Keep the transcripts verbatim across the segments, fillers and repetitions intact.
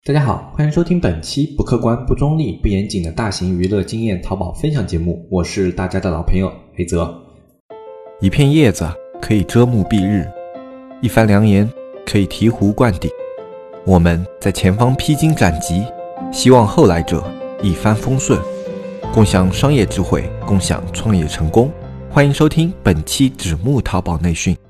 大家好，欢迎收听本期不客观、不中立、不严谨的大型娱乐经验淘宝分享节目，我是大家的老朋友黑泽。 一片叶子可以遮目蔽日，一番良言可以醍醐灌顶。我们在前方披荆斩棘，希望后来者一帆风顺，共享商业智慧，共享创业成功。欢迎收听本期纸木淘宝内训。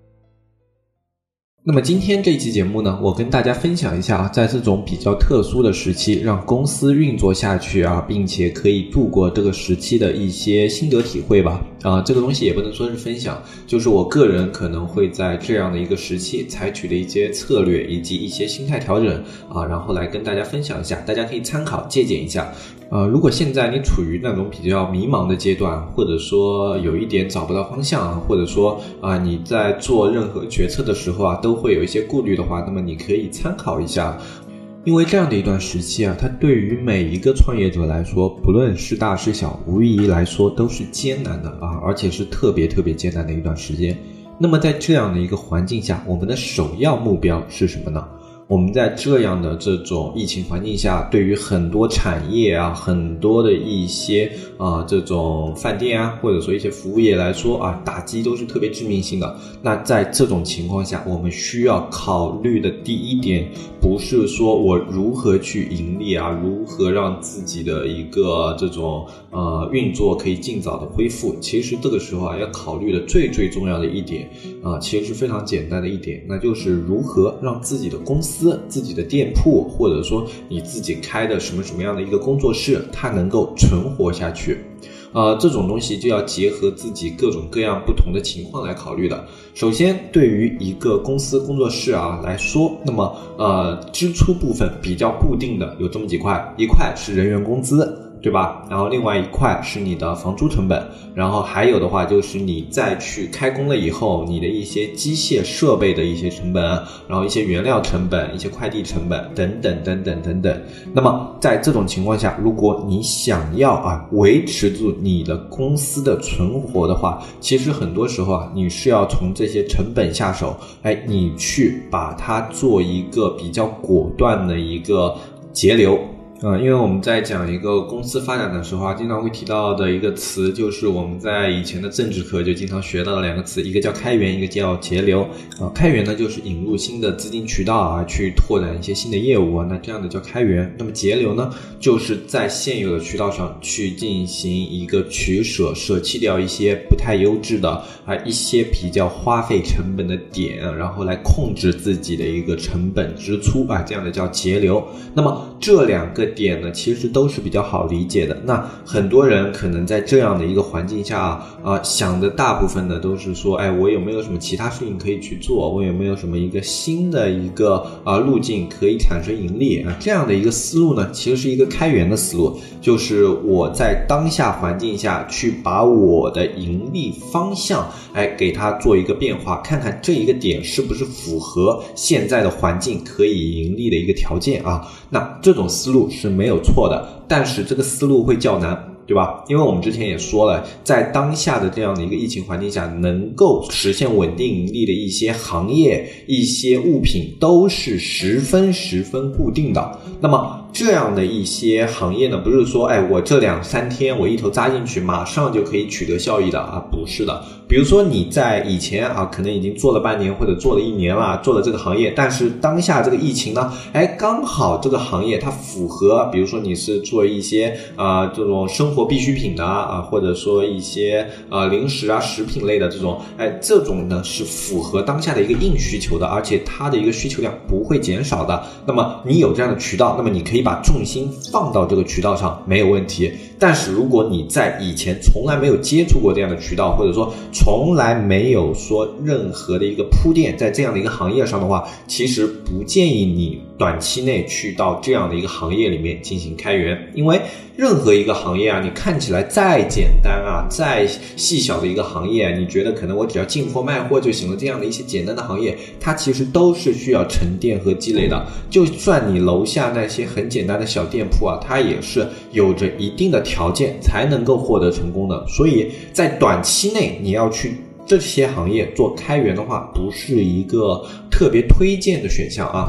那么今天这一期节目呢，我跟大家分享一下啊，在这种比较特殊的时期，让公司运作下去啊，并且可以度过这个时期的一些心得体会吧。啊，这个东西也不能说是分享，就是我个人可能会在这样的一个时期采取的一些策略以及一些心态调整啊，然后来跟大家分享一下，大家可以参考借鉴一下。呃，如果现在你处于那种比较迷茫的阶段，或者说有一点找不到方向，或者说啊、呃、你在做任何决策的时候啊都会有一些顾虑的话，那么你可以参考一下。因为这样的一段时期啊，它对于每一个创业者来说，不论是大是小，无疑来说都是艰难的啊，而且是特别特别艰难的一段时间。那么在这样的一个环境下，我们的首要目标是什么呢？我们在这样的这种疫情环境下，对于很多产业啊，很多的一些啊、呃、这种饭店啊，或者说一些服务业来说啊，打击都是特别致命性的。那在这种情况下，我们需要考虑的第一点，不是说我如何去盈利啊，如何让自己的一个这种呃运作可以尽早的恢复。其实这个时候啊，要考虑的最最重要的一点啊、呃，其实是非常简单的一点，那就是如何让自己的公司自己的店铺，或者说你自己开的什么什么样的一个工作室，它能够存活下去。呃，这种东西就要结合自己各种各样不同的情况来考虑的。首先，对于一个公司工作室啊来说，那么呃支出部分比较固定的有这么几块，一块是人员工资，对吧？然后另外一块是你的房租成本，然后还有的话就是你再去开工了以后，你的一些机械设备的一些成本，然后一些原料成本，一些快递成本等等等等等等。那么在这种情况下，如果你想要啊维持住你的公司的存活的话，其实很多时候啊，你是要从这些成本下手，哎，你去把它做一个比较果断的一个节流。呃，因为我们在讲一个公司发展的时候啊，经常会提到的一个词，就是我们在以前的政治课就经常学到的两个词，一个叫开源，一个叫节流。呃，开源呢就是引入新的资金渠道啊，去拓展一些新的业务啊，那这样的叫开源。那么节流呢，就是在现有的渠道上去进行一个取舍，舍弃掉一些不太优质的啊一些比较花费成本的点，然后来控制自己的一个成本支出啊，这样的叫节流。那么这两个点呢，其实都是比较好理解的。那很多人可能在这样的一个环境下啊，呃、想的大部分呢都是说，哎，我有没有什么其他事情可以去做？我有没有什么一个新的一个啊、呃、路径可以产生盈利啊？这样的一个思路呢，其实是一个开源的思路，就是我在当下环境下去把我的盈利方向，哎，给它做一个变化，看看这一个点是不是符合现在的环境可以盈利的一个条件啊。那这种思路是没有错的，但是这个思路会较难，对吧？因为我们之前也说了，在当下的这样的一个疫情环境下，能够实现稳定盈利的一些行业、一些物品都是十分十分固定的。那么这样的一些行业呢，不是说哎我这两三天我一头扎进去马上就可以取得效益的啊，不是的。比如说你在以前啊可能已经做了半年或者做了一年了，做了这个行业，但是当下这个疫情呢，哎刚好这个行业它符合，比如说你是做一些啊、呃、这种生活必需品的啊，或者说一些呃零食啊食品类的这种，哎这种呢是符合当下的一个硬需求的，而且它的一个需求量不会减少的。那么你有这样的渠道，那么你可以把重心放到这个渠道上，没有问题。但是如果你在以前从来没有接触过这样的渠道，或者说从来没有说任何的一个铺垫在这样的一个行业上的话，其实不建议你短期内去到这样的一个行业里面进行开源。因为任何一个行业啊，你看起来再简单啊，再细小的一个行业，你觉得可能我只要进货卖货就行了，这样的一些简单的行业，它其实都是需要沉淀和积累的。就算你楼下那些很简单的小店铺啊，它也是有着一定的条件才能够获得成功的。所以在短期内你要去这些行业做开源的话，不是一个特别推荐的选项啊。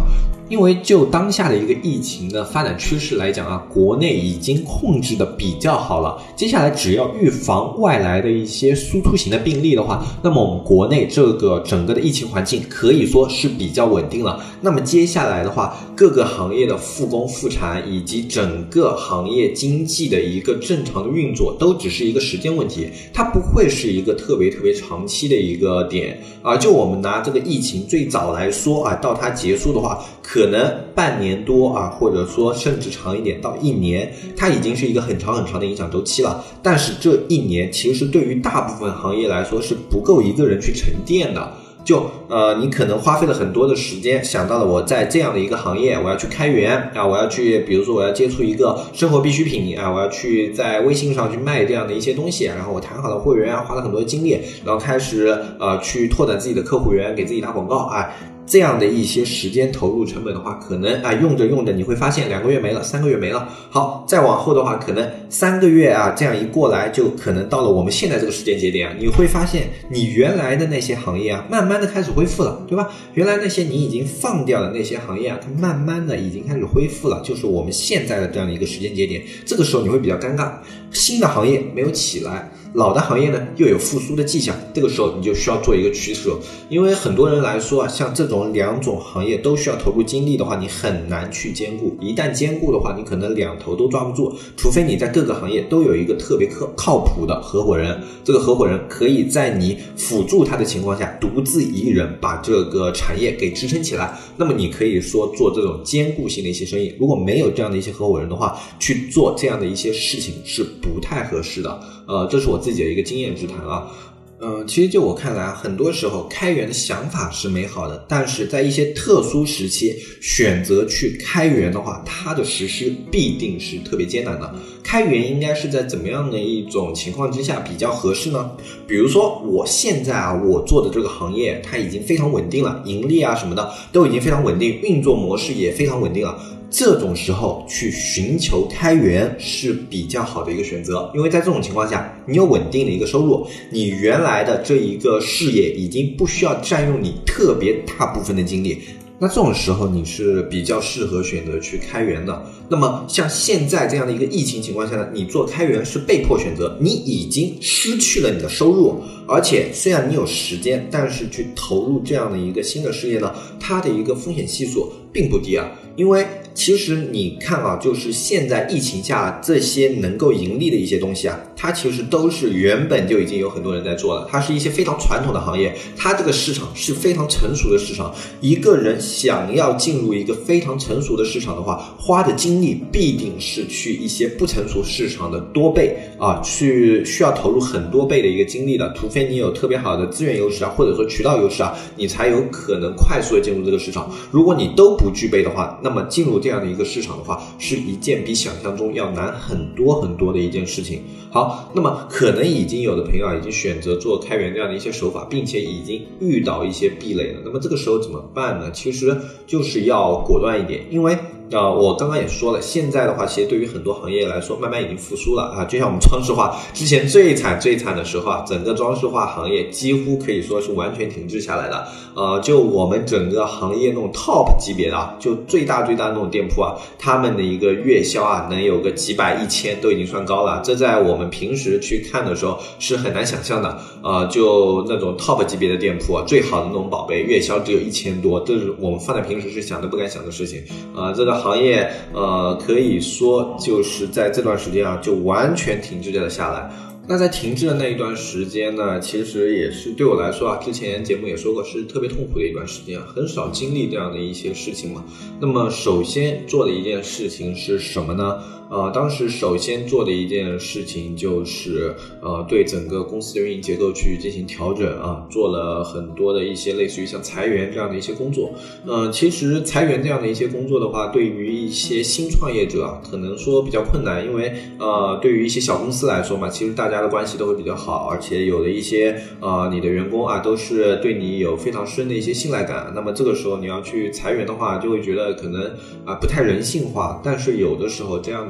因为就当下的一个疫情的发展趋势来讲啊，国内已经控制的比较好了，接下来只要预防外来的一些输出型的病例的话，那么我们国内这个整个的疫情环境可以说是比较稳定了。那么接下来的话，各个行业的复工复产以及整个行业经济的一个正常的运作都只是一个时间问题，它不会是一个特别特别长期的一个点啊。就我们拿这个疫情最早来说啊，到它结束的话，可能半年多啊，或者说甚至长一点到一年，它已经是一个很长很长的影响周期了。但是这一年其实对于大部分行业来说是不够一个人去沉淀的。就呃，你可能花费了很多的时间，想到了我在这样的一个行业，我要去开源啊，我要去，比如说我要接触一个生活必需品啊，我要去在微信上去卖这样的一些东西，然后我谈好了会员啊，花了很多的精力，然后开始呃去拓展自己的客户源，给自己打广告啊。这样的一些时间投入成本的话，可能啊用着用着你会发现两个月没了，三个月没了。好，再往后的话，可能三个月啊这样一过来，就可能到了我们现在这个时间节点啊，你会发现你原来的那些行业啊，慢慢的开始恢复了，对吧？原来那些你已经放掉的那些行业啊，它慢慢的已经开始恢复了，就是我们现在的这样的一个时间节点。这个时候你会比较尴尬，新的行业没有起来，老的行业呢又有复苏的迹象，这个时候你就需要做一个取舍。因为很多人来说啊，像这种两种行业都需要投入精力的话，你很难去兼顾。一旦兼顾的话，你可能两头都抓不住，除非你在各个行业都有一个特别靠靠谱的合伙人，这个合伙人可以在你辅助他的情况下，独自一人把这个产业给支撑起来，那么你可以说做这种兼顾性的一些生意。如果没有这样的一些合伙人的话，去做这样的一些事情是不太合适的。呃，这是我自己的一个经验之谈啊。呃，其实就我看来啊，很多时候开源的想法是美好的，但是在一些特殊时期选择去开源的话，它的实施必定是特别艰难的。开源应该是在怎么样的一种情况之下比较合适呢？比如说我现在啊，我做的这个行业它已经非常稳定了，盈利啊什么的都已经非常稳定，运作模式也非常稳定了。这种时候去寻求开源是比较好的一个选择，因为在这种情况下，你有稳定的一个收入，你原来的这一个事业已经不需要占用你特别大部分的精力，那这种时候你是比较适合选择去开源的。那么像现在这样的一个疫情情况下呢，你做开源是被迫选择，你已经失去了你的收入，而且虽然你有时间，但是去投入这样的一个新的事业呢，它的一个风险系数并不低啊。因为其实你看啊，就是现在疫情下这些能够盈利的一些东西啊，它其实都是原本就已经有很多人在做了，它是一些非常传统的行业，它这个市场是非常成熟的市场。一个人想要进入一个非常成熟的市场的话，花的精力必定是去一些不成熟市场的多倍啊，去需要投入很多倍的一个精力的，除非你有特别好的资源优势啊，或者说渠道优势啊，你才有可能快速的进入这个市场。如果你都不具备的话，那么进入这样的一个市场的话，是一件比想象中要难很多很多的一件事情。好，那么可能已经有的朋友啊，已经选择做开源这样的一些手法，并且已经遇到一些壁垒了。那么这个时候怎么办呢？其实就是要果断一点，因为啊、呃，我刚刚也说了，现在的话，其实对于很多行业来说，慢慢已经复苏了啊。就像我们装饰画之前最惨最惨的时候啊，整个装饰画行业几乎可以说是完全停滞下来的。呃，就我们整个行业那种 top 级别的啊，就最大最大的那种店铺啊，他们的一个月销啊，能有个几百一千都已经算高了。这在我们平时去看的时候是很难想象的。呃，就那种 top 级别的店铺啊，最好的那种宝贝，月销只有一千多，这是我们放在平时是想都不敢想的事情。呃，这个行业呃可以说就是在这段时间啊就完全停滞了下来。那在停滞的那一段时间呢，其实也是对我来说啊，之前节目也说过，是特别痛苦的一段时间啊，很少经历这样的一些事情嘛。那么首先做的一件事情是什么呢？呃，当时首先做的一件事情就是呃，对整个公司的运营结构去进行调整啊，做了很多的一些类似于像裁员这样的一些工作。呃，其实裁员这样的一些工作的话，对于一些新创业者啊，可能说比较困难，因为呃，对于一些小公司来说嘛，其实大家的关系都会比较好，而且有的一些呃，你的员工啊，都是对你有非常深的一些信赖感。那么这个时候你要去裁员的话，就会觉得可能啊、呃、不太人性化。但是有的时候这样的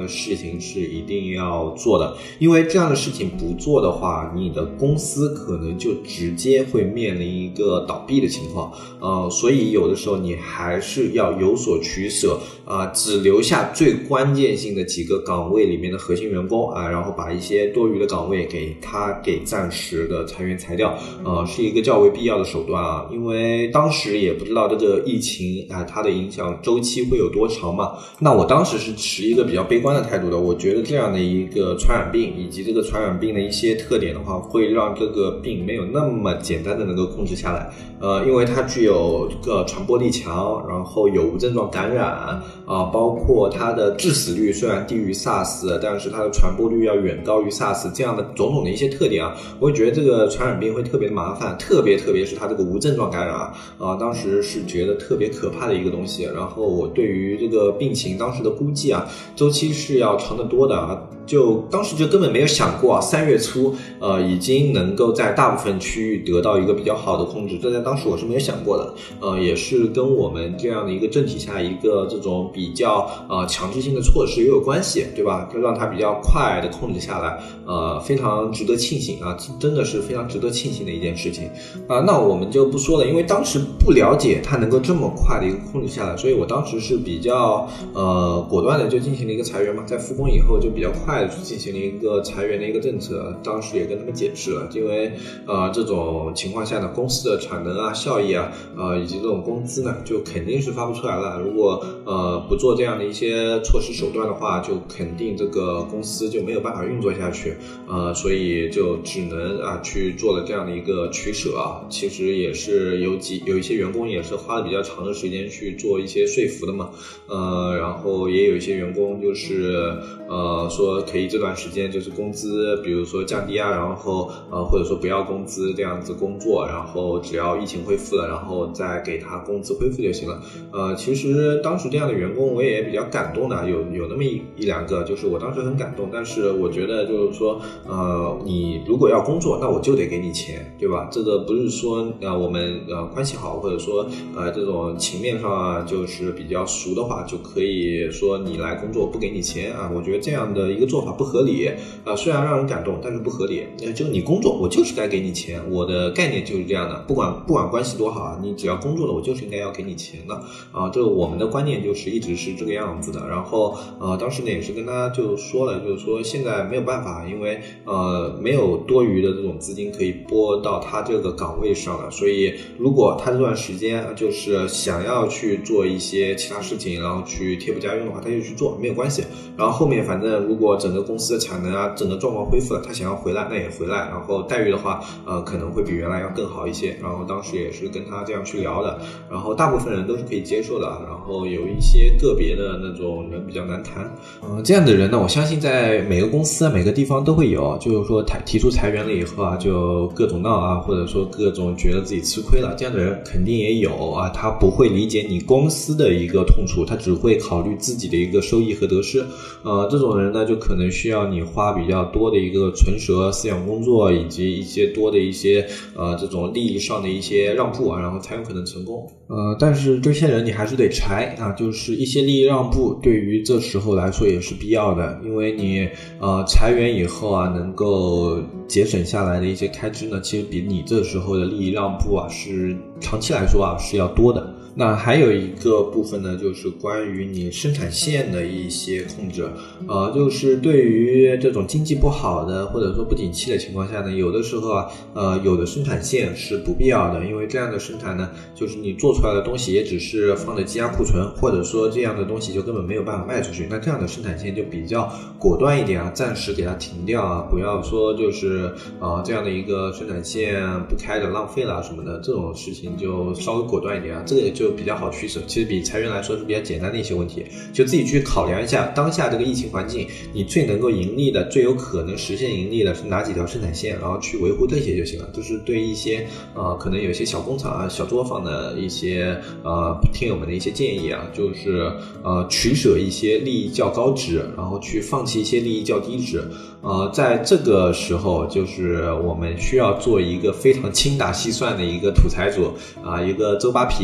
事情是一定要做的，因为这样的事情不做的话，你的公司可能就直接会面临一个倒闭的情况。呃，所以有的时候你还是要有所取舍啊、呃，只留下最关键性的几个岗位里面的核心员工啊，然后把一些多余的岗位给他给暂时的裁员裁掉，呃，是一个较为必要的手段啊。因为当时也不知道这个疫情啊、呃，它的影响周期会有多长嘛。那我当时是持一个比较悲观的态度的，我觉得这样的一个传染病以及这个传染病的一些特点的话，会让这个病没有那么简单的能够控制下来。呃，因为它具有这个传播力强，然后有无症状感染啊、呃，包括它的致死率虽然低于 SARS， 但是它的传播率要远高于 SARS， 这样的种种的一些特点啊，我会觉得这个传染病会特别麻烦，特别特别是它这个无症状感染啊，啊、呃，当时是觉得特别可怕的一个东西。然后我对于这个病情当时的估计啊，周期是要长得多的啊。就当时就根本没有想过啊，三月初呃已经能够在大部分区域得到一个比较好的控制，这在当时我是没有想过的。呃，也是跟我们这样的一个政体下一个这种比较呃强制性的措施也有关系，对吧？就让它比较快的控制下来，呃，非常值得庆幸啊，真的是非常值得庆幸的一件事情啊、呃。那我们就不说了，因为当时不了解它能够这么快的一个控制下来，所以我当时是比较呃果断的就进行了一个裁员嘛，在复工以后就比较快去进行了一个裁员的一个政策，当时也跟他们解释了，因为呃这种情况下呢，公司的产能啊、效益啊，呃以及这种工资呢，就肯定是发不出来了。如果呃不做这样的一些措施手段的话，就肯定这个公司就没有办法运作下去，呃所以就只能啊去做了这样的一个取舍啊。其实也是有几有一些员工也是花了比较长的时间去做一些说服的嘛，呃然后也有一些员工就是呃说可以这段时间就是工资比如说降低啊，然后呃或者说不要工资这样子工作，然后只要疫情恢复了，然后再给他工资恢复就行了。呃其实当时这样的员工我也比较感动的，有有那么一一两个，就是我当时很感动，但是我觉得就是说呃你如果要工作，那我就得给你钱，对吧？这个不是说呃我们呃关系好，或者说呃这种情面上啊就是比较熟的话，就可以说你来工作不给你钱啊，我觉得这样的一个做法不合理啊、呃，虽然让人感动，但是不合理。呃，就你工作，我就是该给你钱，我的概念就是这样的，不管不管关系多好啊，你只要工作了，我就是应该要给你钱的啊。这个我们的观念就是一直是这个样子的。然后呃，当时呢也是跟他就说了，就是说现在没有办法，因为呃没有多余的这种资金可以拨到他这个岗位上了，所以如果他这段时间就是想要去做一些其他事情，然后去贴补家用的话，他就去做，没有关系。然后后面反正如果整个公司的产能啊，整个状况恢复了，他想要回来那也回来，然后待遇的话呃可能会比原来要更好一些。然后当时也是跟他这样去聊的，然后大部分人都是可以接受的，然后有一些个别的那种人比较难谈。呃这样的人呢，我相信在每个公司每个地方都会有，就是说提出裁员了以后啊，就各种闹啊，或者说各种觉得自己吃亏了，这样的人肯定也有啊，他不会理解你公司的一个痛处，他只会考虑自己的一个收益和得失。呃这种人呢，就可能需要你花比较多的一个唇舌思想工作，以及一些多的一些呃这种利益上的一些让步啊，然后才有可能成功。呃但是这些人你还是得裁啊，就是一些利益让步对于这时候来说也是必要的，因为你呃裁员以后啊，能够节省下来的一些开支呢，其实比你这时候的利益让步啊，是长期来说啊是要多的。那还有一个部分呢，就是关于你生产线的一些控制，呃，就是对于这种经济不好的或者说不景气的情况下呢，有的时候啊，呃，有的生产线是不必要的，因为这样的生产呢，就是你做出来的东西也只是放在积压库存，或者说这样的东西就根本没有办法卖出去，那这样的生产线就比较果断一点啊，暂时给它停掉啊，不要说就是呃这样的一个生产线不开着浪费了什么的，这种事情就稍微果断一点啊，这个就比较好取舍，其实比裁员来说是比较简单的一些问题，就自己去考量一下当下这个疫情环境，你最能够盈利的最有可能实现盈利的是哪几条生产线，然后去维护这些就行了。就是对一些呃可能有些小工厂啊小作坊的一些呃听友们的一些建议啊，就是呃取舍一些利益较高值，然后去放弃一些利益较低值。呃在这个时候就是我们需要做一个非常精打细算的一个土财主啊、呃、一个周扒皮啊，就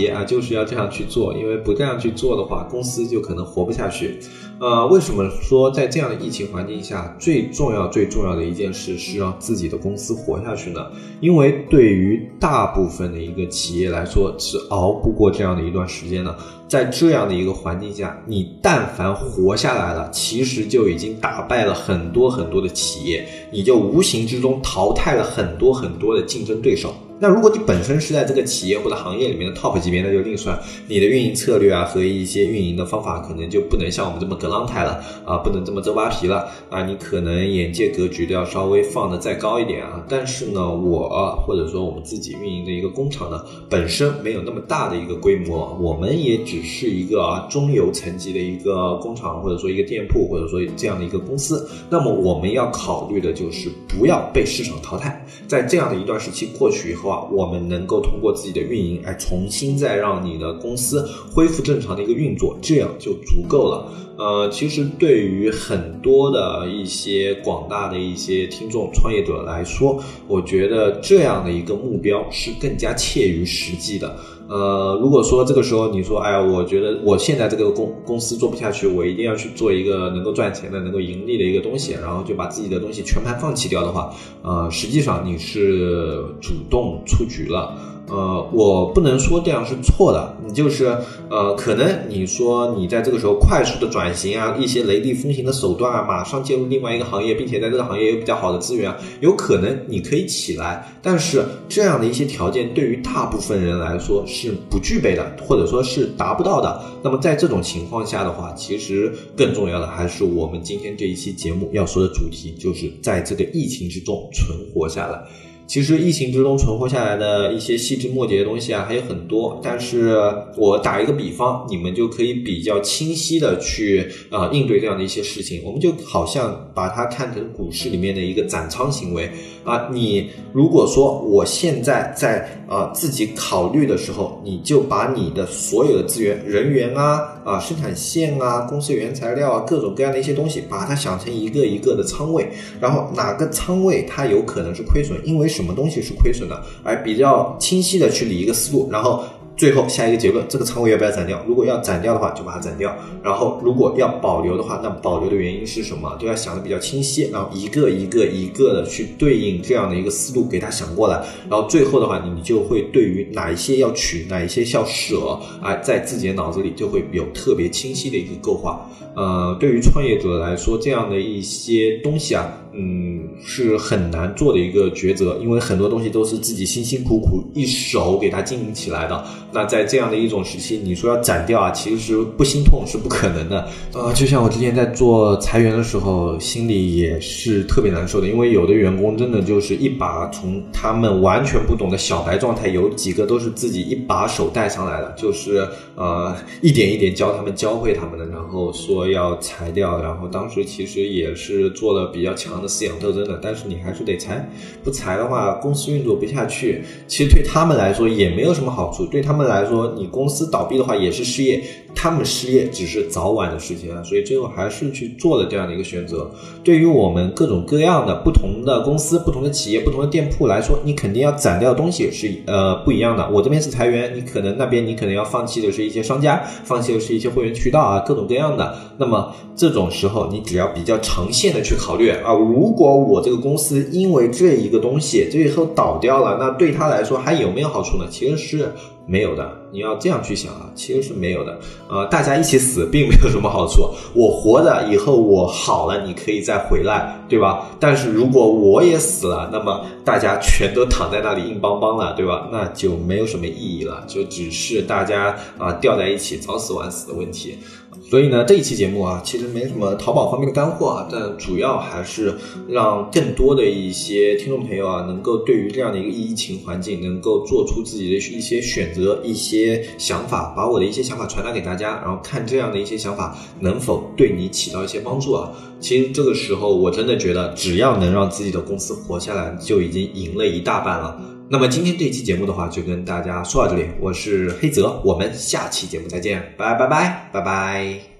就是要这样去做，因为不这样去做的话，公司就可能活不下去。呃，为什么说在这样的疫情环境下，最重要最重要的一件事是让自己的公司活下去呢？因为对于大部分的一个企业来说，是熬不过这样的一段时间的。在这样的一个环境下，你但凡活下来了，其实就已经打败了很多很多的企业，你就无形之中淘汰了很多很多的竞争对手。那如果你本身是在这个企业或者行业里面的 top 级别，那就另算，你的运营策略啊和一些运营的方法可能就不能像我们这么格朗泰了啊，不能这么周扒皮了啊，你可能眼界格局都要稍微放得再高一点啊。但是呢，我或者说我们自己运营的一个工厂呢，本身没有那么大的一个规模，我们也只是一个啊中游层级的一个工厂，或者说一个店铺，或者说这样的一个公司。那么我们要考虑的就是不要被市场淘汰，在这样的一段时期过去以后，我们能够通过自己的运营来重新再让你的公司恢复正常的一个运作，这样就足够了。呃，其实对于很多的一些广大的一些听众创业者来说，我觉得这样的一个目标是更加切于实际的。呃，如果说这个时候你说，哎呀，我觉得我现在这个公公司做不下去，我一定要去做一个能够赚钱的、能够盈利的一个东西，然后就把自己的东西全盘放弃掉的话，呃，实际上你是主动出局了。呃，我不能说这样是错的，你就是呃，可能你说你在这个时候快速的转型啊，一些雷厉风行的手段啊，马上介入另外一个行业，并且在这个行业有比较好的资源啊，有可能你可以起来，但是这样的一些条件对于大部分人来说是不具备的，或者说是达不到的。那么在这种情况下的话，其实更重要的还是我们今天这一期节目要说的主题，就是在这个疫情之中存活下来。其实疫情之中存活下来的一些细枝末节的东西啊还有很多，但是我打一个比方，你们就可以比较清晰的去呃应对这样的一些事情。我们就好像把它看成股市里面的一个斩仓行为啊，你如果说我现在在呃自己考虑的时候，你就把你的所有的资源，人员啊啊生产线啊公司原材料啊各种各样的一些东西，把它想成一个一个的仓位，然后哪个仓位它有可能是亏损，因为什么东西是亏损的，而比较清晰的去理一个思路，然后最后下一个结论，这个仓位要不要斩掉，如果要斩掉的话就把它斩掉，然后如果要保留的话，那保留的原因是什么，都要想的比较清晰，然后一个一个一个的去对应这样的一个思路给它想过来，然后最后的话你就会对于哪一些要取哪一些要舍啊，在自己的脑子里就会有特别清晰的一个构化。呃，对于创业者来说，这样的一些东西啊嗯，是很难做的一个抉择，因为很多东西都是自己辛辛苦苦一手给它经营起来的。那在这样的一种时期，你说要斩掉啊，其实不心痛是不可能的。呃，就像我之前在做裁员的时候，心里也是特别难受的，因为有的员工真的就是一把从他们完全不懂的小白状态，有几个都是自己一把手带上来的，就是呃一点一点教他们、教会他们的，然后说要裁掉，然后当时其实也是做了比较强的饲养斗争的，但是你还是得裁，不裁的话公司运作不下去，其实对他们来说也没有什么好处，对他们来说你公司倒闭的话也是失业，他们失业只是早晚的事情啊，所以最后还是去做了这样的一个选择。对于我们各种各样的不同的公司、不同的企业、不同的店铺来说，你肯定要斩掉的东西是呃不一样的。我这边是裁员，你可能那边你可能要放弃的是一些商家，放弃的是一些会员渠道啊，各种各样的。那么这种时候你只要比较长线的去考虑啊，如果我这个公司因为这一个东西最后倒掉了，那对他来说还有没有好处呢？其实是没有的，你要这样去想啊，其实是没有的。呃，大家一起死并没有什么好处，我活着以后我好了，你可以再回来，对吧？但是如果我也死了，那么大家全都躺在那里硬邦邦了，对吧？那就没有什么意义了，就只是大家啊、呃、吊在一起早死晚死的问题。所以呢，这一期节目啊，其实没什么淘宝方面的干货啊，但主要还是让更多的一些听众朋友啊，能够对于这样的一个疫情环境，能够做出自己的一些选择、一些想法，把我的一些想法传达给大家，然后看这样的一些想法能否对你起到一些帮助啊。其实这个时候，我真的觉得，只要能让自己的公司活下来，就已经赢了一大半了。那么今天这期节目的话，就跟大家说到这里，我是黑泽，我们下期节目再见，拜拜拜拜拜拜。